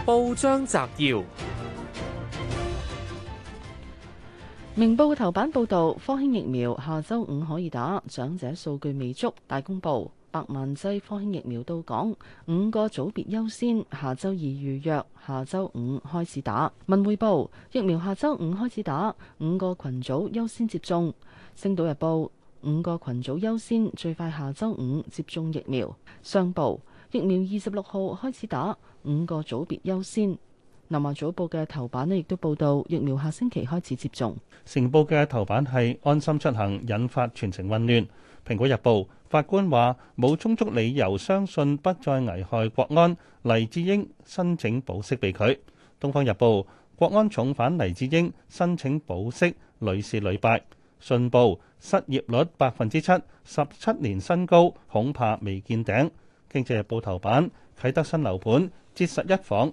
報章摘要： 明報嘅頭版報導，科興疫苗下週5可以打，長者數據未足。大公報100萬劑科興疫苗到港，5個組別優先，下週2預約，下週5開始打。文匯報疫苗下週5開始打，5個群組優先接種。星島日報5個群組優先，最快下週5接種疫苗。商報疫苗26號開始打，5個組別優先。南華早報嘅頭版呢亦都報道疫苗下星期開始接種。 成報嘅頭版係安心出行引發全城混亂。蘋果日報法官話冇充足理由相信不再危害國安，黎智英申請保釋被拒。東方日報國安重犯黎智英申請保釋，屢試屢敗。信報失業率7%，17年新高，恐怕未見頂。經濟日報頭版啟德新樓盤折實一房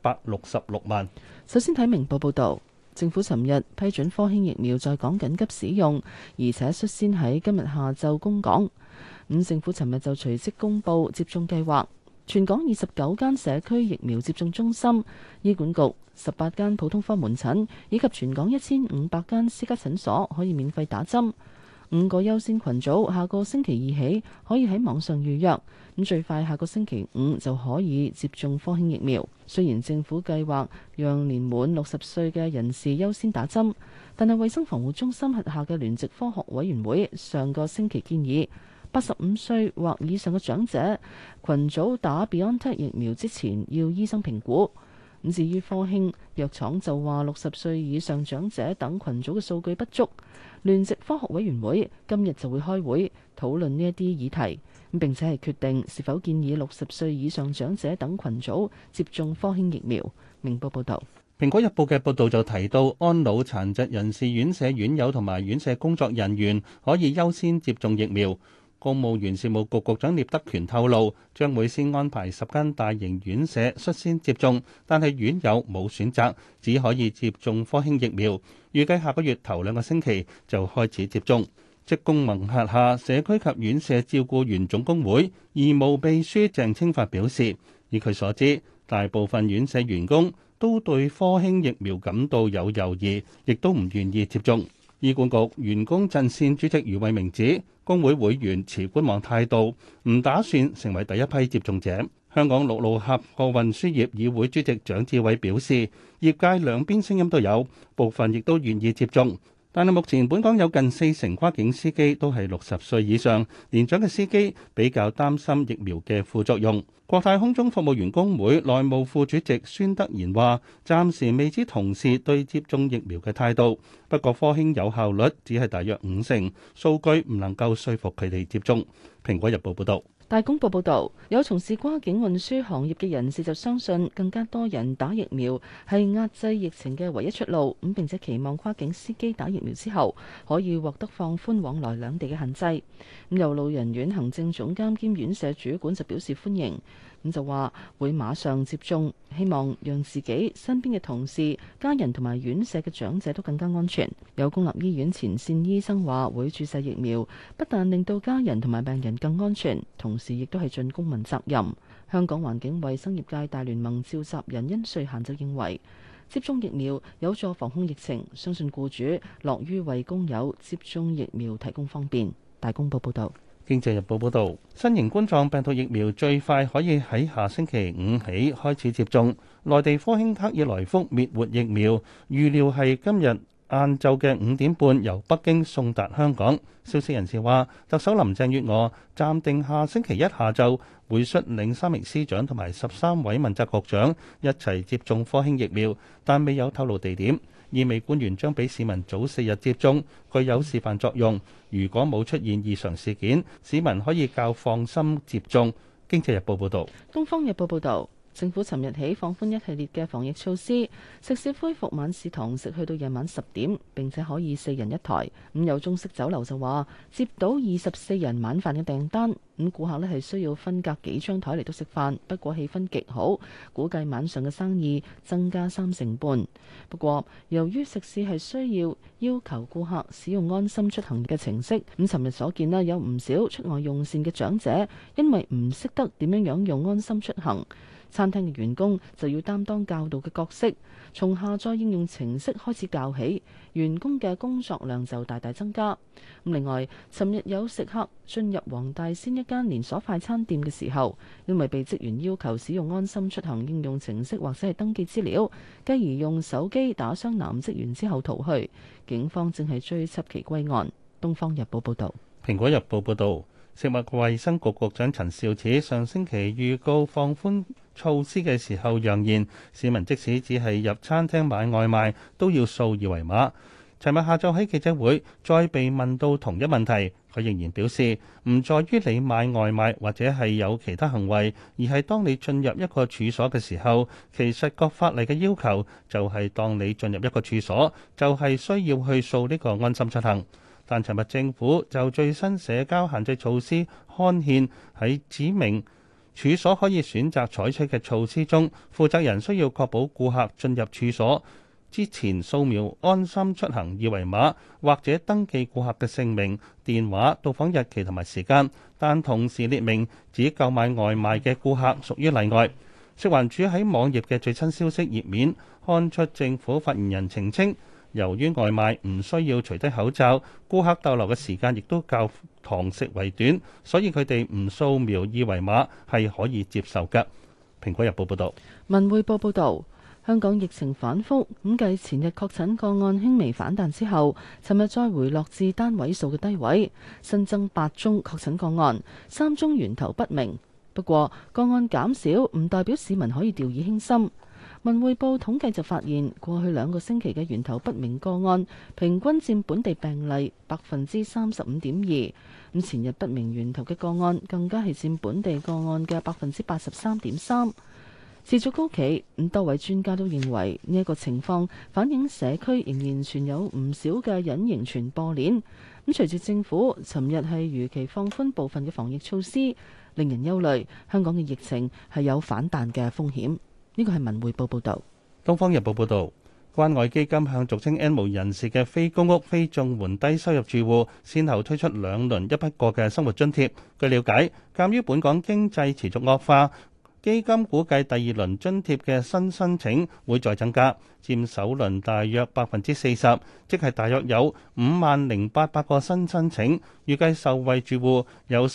766萬。 首先睇明報報導，政府尋日批准科興疫苗在港緊急使用，而且率先喺今日下晝供港。政府尋日就隨即公布接種計劃，全港29間社區疫苗接種中心、醫管局18間普通科門診以及全港1500間私家診所可以免費打針。5個優先群組下個星期2起可以喺網上預約，最快下個星期5就可以接種科興疫苗。雖然政府計劃讓年滿60歲嘅人士優先打針，但係衛生防護中心轄下嘅聯席科學委員會上個星期建議，85歲或以上嘅長者群組打 BioNTech 疫苗之前要醫生評估。至於科興藥廠就話60歲以上長者等群組嘅數據不足，聯席科學委員會今日就會開會討論呢一啲議題，並且係決定是否建議60歲以上長者等群組接種科興疫苗。明報報道。 蘋果日報嘅報導就提到，安老殘疾人士院舍院友同埋院舍工作人員可以優先接種疫苗。公務員事務局局長聶德權透露，將會先安排10間大型院舍率先接種，但係院友冇選擇，只可以接種科興疫苗。預計下個月頭2個星期就開始接種。職工盟轄下社區及院舍照顧員總工會義務秘書鄭清發表示，以佢所知，大部分院舍員工都對科興疫苗感到有猶豫，亦都唔願意接種。醫管局員工陣線主席余偉明指，工會會員持觀望態度，唔打算成為第一批接種者。香港陸路客貨運輸業議會主席蔣志偉表示，業界兩邊聲音都有，部分亦都願意接種。但係目前本港有近40%跨境司機都係60歲以上，年長嘅司機比較擔心疫苗嘅副作用。國泰空中服務員工會內務副主席孫德賢話，暫時未知同事對接種疫苗嘅態度，不過科興有效率只係大約50%，數據唔能夠說服佢哋接種。蘋果日報報道。 大公報報導，有從事跨境運輸行業嘅人士就相信，更加多人打疫苗係壓制疫情嘅唯一出路。並且期望跨境司機打疫苗之後，可以獲得放寬往來兩地嘅限制。由路人院行政總監兼院舍主管就表示歡迎，就話會馬上接種，希望讓自己身邊嘅同事、家人同埋院舍嘅長者都更加安全。有公立醫院前線醫生話會注射疫苗，不但令到家人同埋病人更安全，同時亦都係盡公民責任。香港環境衛生業界大聯盟召集人殷瑞嫻就認為，接種疫苗有助防控疫情，相信僱主樂於為工友接種疫苗提供方便。大公報報導。 經濟日報報導，新型冠狀病毒疫苗最快可以喺下星期5起開始接種。內地科興克爾來福滅活疫苗預料係今日晏晝嘅5點半由北京送達香港。消息人士話，特首林鄭月娥暫定下星期一下晝會率領3名司長同埋13位問責局長一齊接種科興疫苗，但未有透露地點。意味官員將俾市民早4日接種，具有示範作用。如果冇出現異常事件，市民可以較放心接種。經濟日報報導。 東方日報報導。政府尋日起放寬一系列嘅防疫措施，食肆恢復晚市堂食去到夜晚10點，並且可以4人一台。有中式酒樓就話接到24人晚飯嘅訂單，顧客呢係需要分隔幾張台嚟到食飯，不過氣氛極好，估計晚上嘅生意增加3成半。不過由於食肆係需要求顧客使用安心出行嘅程式，尋日所見啦，有唔少出外用膳嘅長者因為唔識得點樣用安心出行， 餐廳嘅員工就要擔當教導嘅角色，從下載應用程式開始教起，員工嘅工作量就大大增加。另外，尋日有食客進入黃大仙一間連鎖快餐店嘅時候，因為被職員要求使用安心出行應用程式或者係登記資料，繼而用手機打傷男職員之後逃去，警方正係追緝其歸案。《東方日報》報道。 《蘋果日報》報導。食物衛生局局長陳肇始上星期預告放寬措施嘅時候揚言，市民即使只係入餐廳買外賣，都要掃二維碼。尋日下晝喺記者會再被問到同一問題，佢仍然表示唔在於你買外賣或者係有其他行為，而係當你進入一個處所嘅時候，其實個法例嘅要求就係當你進入一個處所，就係需要去掃呢個安心出行。但尋日政府就最新社交限制措施刊憲，喺指明處所可以選擇採取嘅措施中，負責人需要確保顧客進入處所之前掃描安心出行二維碼，或者登記顧客嘅姓名、電話、到訪日期同埋時間，但同時列明只購買外賣嘅顧客屬於例外。食環署喺網頁嘅最新消息頁面刊出政府發言人澄清，由於外賣唔需要除低口罩，顧客逗留嘅時間亦都較堂食為短，所以佢哋唔掃描二維碼係可以接受嘅。蘋果日報報道。 文匯報報道，香港疫情反覆，繼前日確診個案輕微反彈之後，尋日再回落至單位數嘅低位，新增8宗確診個案，3宗源頭不明。不過個案減少唔代表市民可以掉以輕心。文匯報統計就發現，過去2個星期嘅源頭不明個案平均佔本地病例35.2%，前日不明源頭嘅個案更加係佔本地個案嘅83.3%，持續高企。多位專家都認為呢一個情況反映社區仍然存有唔少嘅隱形傳播鏈。隨住政府尋日係如期放寬部分嘅防疫措施，令人憂慮香港嘅疫情係有反彈嘅風險。呢個係文匯報報導。 《東方日報》報導，關愛基金向俗稱 N 無人士嘅非公屋、非綜援低收入住戶，先後推出2輪一筆過嘅生活津貼。據了解，鑑於本港經濟持續惡化，基金估計第2輪津貼嘅新申請會再增加，佔首輪大約40%，即係大約有50,800個新申請。預計受惠住戶有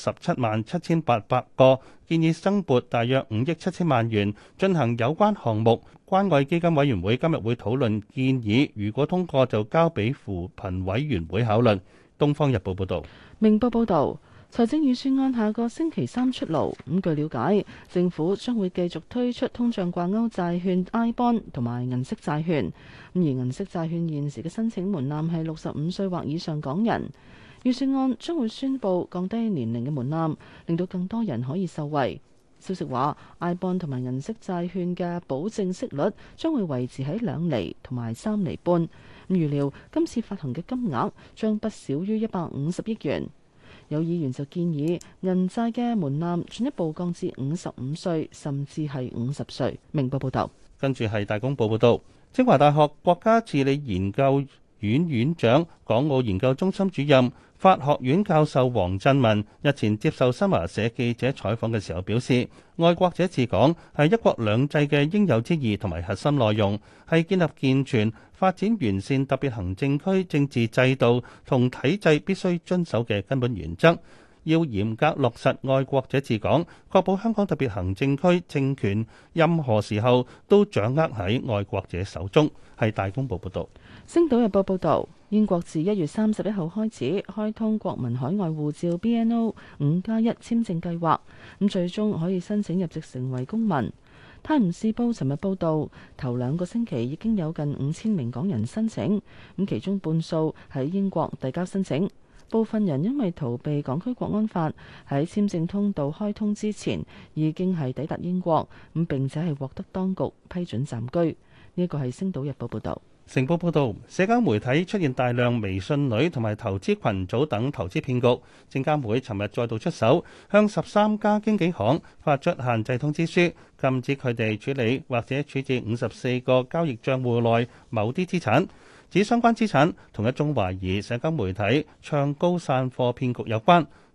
177,800個，建議增撥大約5億7千萬元進行有關項目。關愛基金委員會今日會討論建議，如果通過就交俾扶貧委員會考慮。《東方日報》報導。 明報報導。財政預算案下個星期3出爐，據了解，政府將會繼續推出通脹掛鈎債券 iBond 同埋銀色債券。而銀色債券現時嘅申請門檻係65歲或以上港人。預算案將會宣布降低年齡嘅門檻，令到更多人可以受惠。消息話 iBond 同埋銀色債券嘅保證息率將會維持喺2厘同埋3厘半。預料今次發行嘅金額將不少於150億元。有議員就建議銀債嘅門檻進一步降至55歲，甚至係50歲。明報報道。 跟住係大公報報導，清華大學國家治理研究院院長、港澳研究中心主任、法學院教授黃振文日前接受新華社記者採訪嘅時候表示，愛國者治港係一國兩制嘅應有之義同埋核心內容，係建立健全、發展完善特別行政區政治制度同體制必須遵守嘅根本原則。要嚴格落實愛國者治港，確保香港特別行政區政權任何時候都掌握喺愛國者手中。係大公報報導。 星島日報報導，英國自1月31號開始開通國民海外護照 BNO 5+1簽證計劃，最終可以申請入籍成為公民。泰晤士報尋日報導，頭2個星期已經有近5000名港人申請，其中半數喺英國遞交申請。部分人因為逃避港區國安法，喺簽證通道開通之前已經係抵達英國，並且係獲得當局批准暫居。呢個係《星島日報》報導。 成報報導，社交媒體出現大量微信女同埋投資群組等投資騙局。證監會尋日再度出手，向13家經紀行發出限制通知書，禁止佢哋處理或者處置54個交易帳戶內某啲資產。指相關資產同一宗懷疑社交媒體唱高散貨騙局有關。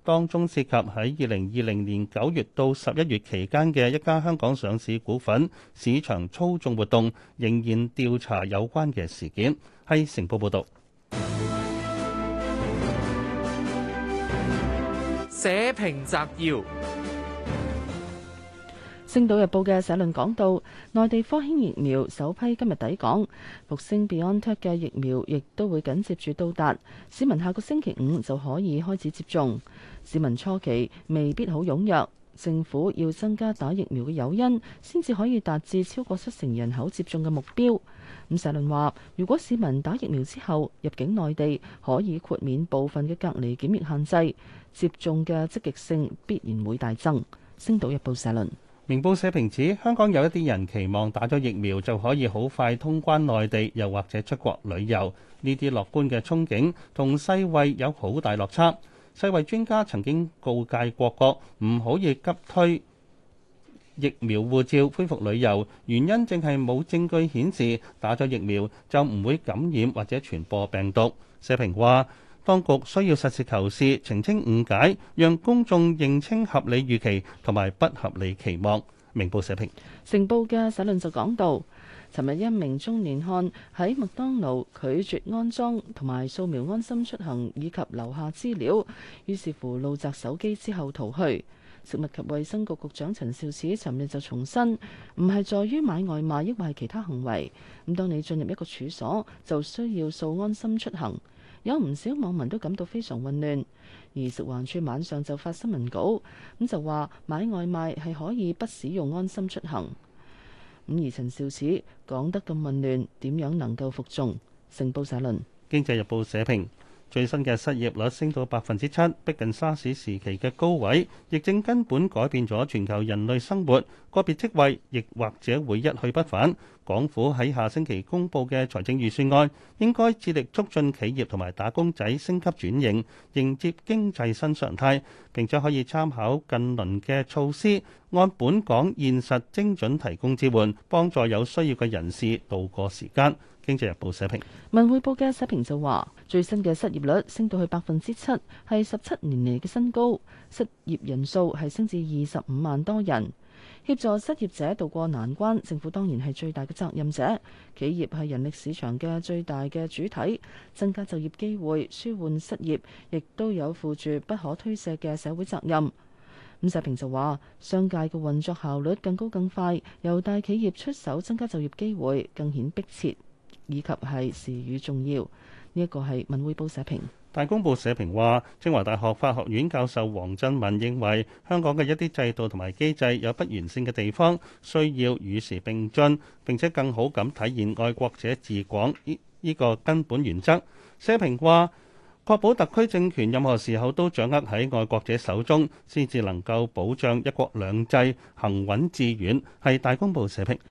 當中涉及喺2020年9月到11月期間嘅一家香港上市股份市場操縱活動，仍然調查有關嘅事件。係成報報導。 社評摘要。 《星島日報》嘅社論講到，內地科興疫苗首批今日抵港，復星 BioNTech 嘅疫苗亦都會緊接住到達，市民下個星期五就可以開始接種。市民初期未必好踴躍，政府要增加打疫苗嘅誘因，先至可以達至超過70%人口接種嘅目標。咁社論話，如果市民打疫苗之後入境內地，可以豁免部分嘅隔離檢疫限制，接種嘅積極性必然會大增。《星島日報》社論。 明報社評指，香港有一啲人期望打咗疫苗就可以好快通關內地，又或者出國旅遊。呢啲樂觀嘅憧憬同世衛有好大落差。世衛專家曾經告誡各國唔好以急推疫苗護照恢復旅遊，原因正係冇證據顯示打咗疫苗就唔會感染或者傳播病毒。社評話，當局需要實事求是，澄清誤解，讓公眾認清合理預期同埋不合理期望。明報社評。 成報嘅社論就講到，尋日一名中年漢喺麥當勞拒絕安裝同埋掃描安心出行以及留下資料，於是乎路擲手機之後逃去。食物及衛生局局長陳肇始尋日就重申，唔係在於買外賣，抑或係其他行為。咁當你進入一個處所，就需要掃安心出行。有唔少網民都感到非常混亂，而食環署晚上就發新聞稿，咁就話買外賣係可以不使用安心出行。而陳肇始講得咁混亂，點樣能夠服眾？成報社論。 經濟日報社評。最新嘅失業率升到7%，逼近沙士時期嘅高位，疫症根本改變咗全球人類生活，個別職位亦或者會一去不返。港府喺下星期公布嘅財政預算案，應該致力促進企業同埋打工仔升級轉型，迎接經濟新常態，並且可以參考近輪嘅措施，按本港現實精準提供支援，幫助有需要嘅人士度過時間。經濟日報社評。 文匯報嘅社評就話，最新嘅失業率升到去7%，係17年嚟嘅新高，失業人數係升至25萬多人。協助失業者渡過難關，政府當然係最大嘅責任者，企業係人力市場嘅最大嘅主體，增加就業機會，舒緩失業，亦都有負住不可推卸嘅社會責任。社評就話，商界嘅運作效率更高更快，由大企業出手增加就業機會，更顯迫切，以及係時與重要。呢一個係文匯報社評。 大公報社評話，清華大學法學院教授黃振文認為，香港嘅一啲制度同埋機制有不完善嘅地方，需要與時並進，並且更好咁體現愛國者治港呢個根本原則。社評話，確保特區政權任何時候都掌握喺愛國者手中，先至能夠保障一國兩制行穩致遠，係大公報社評。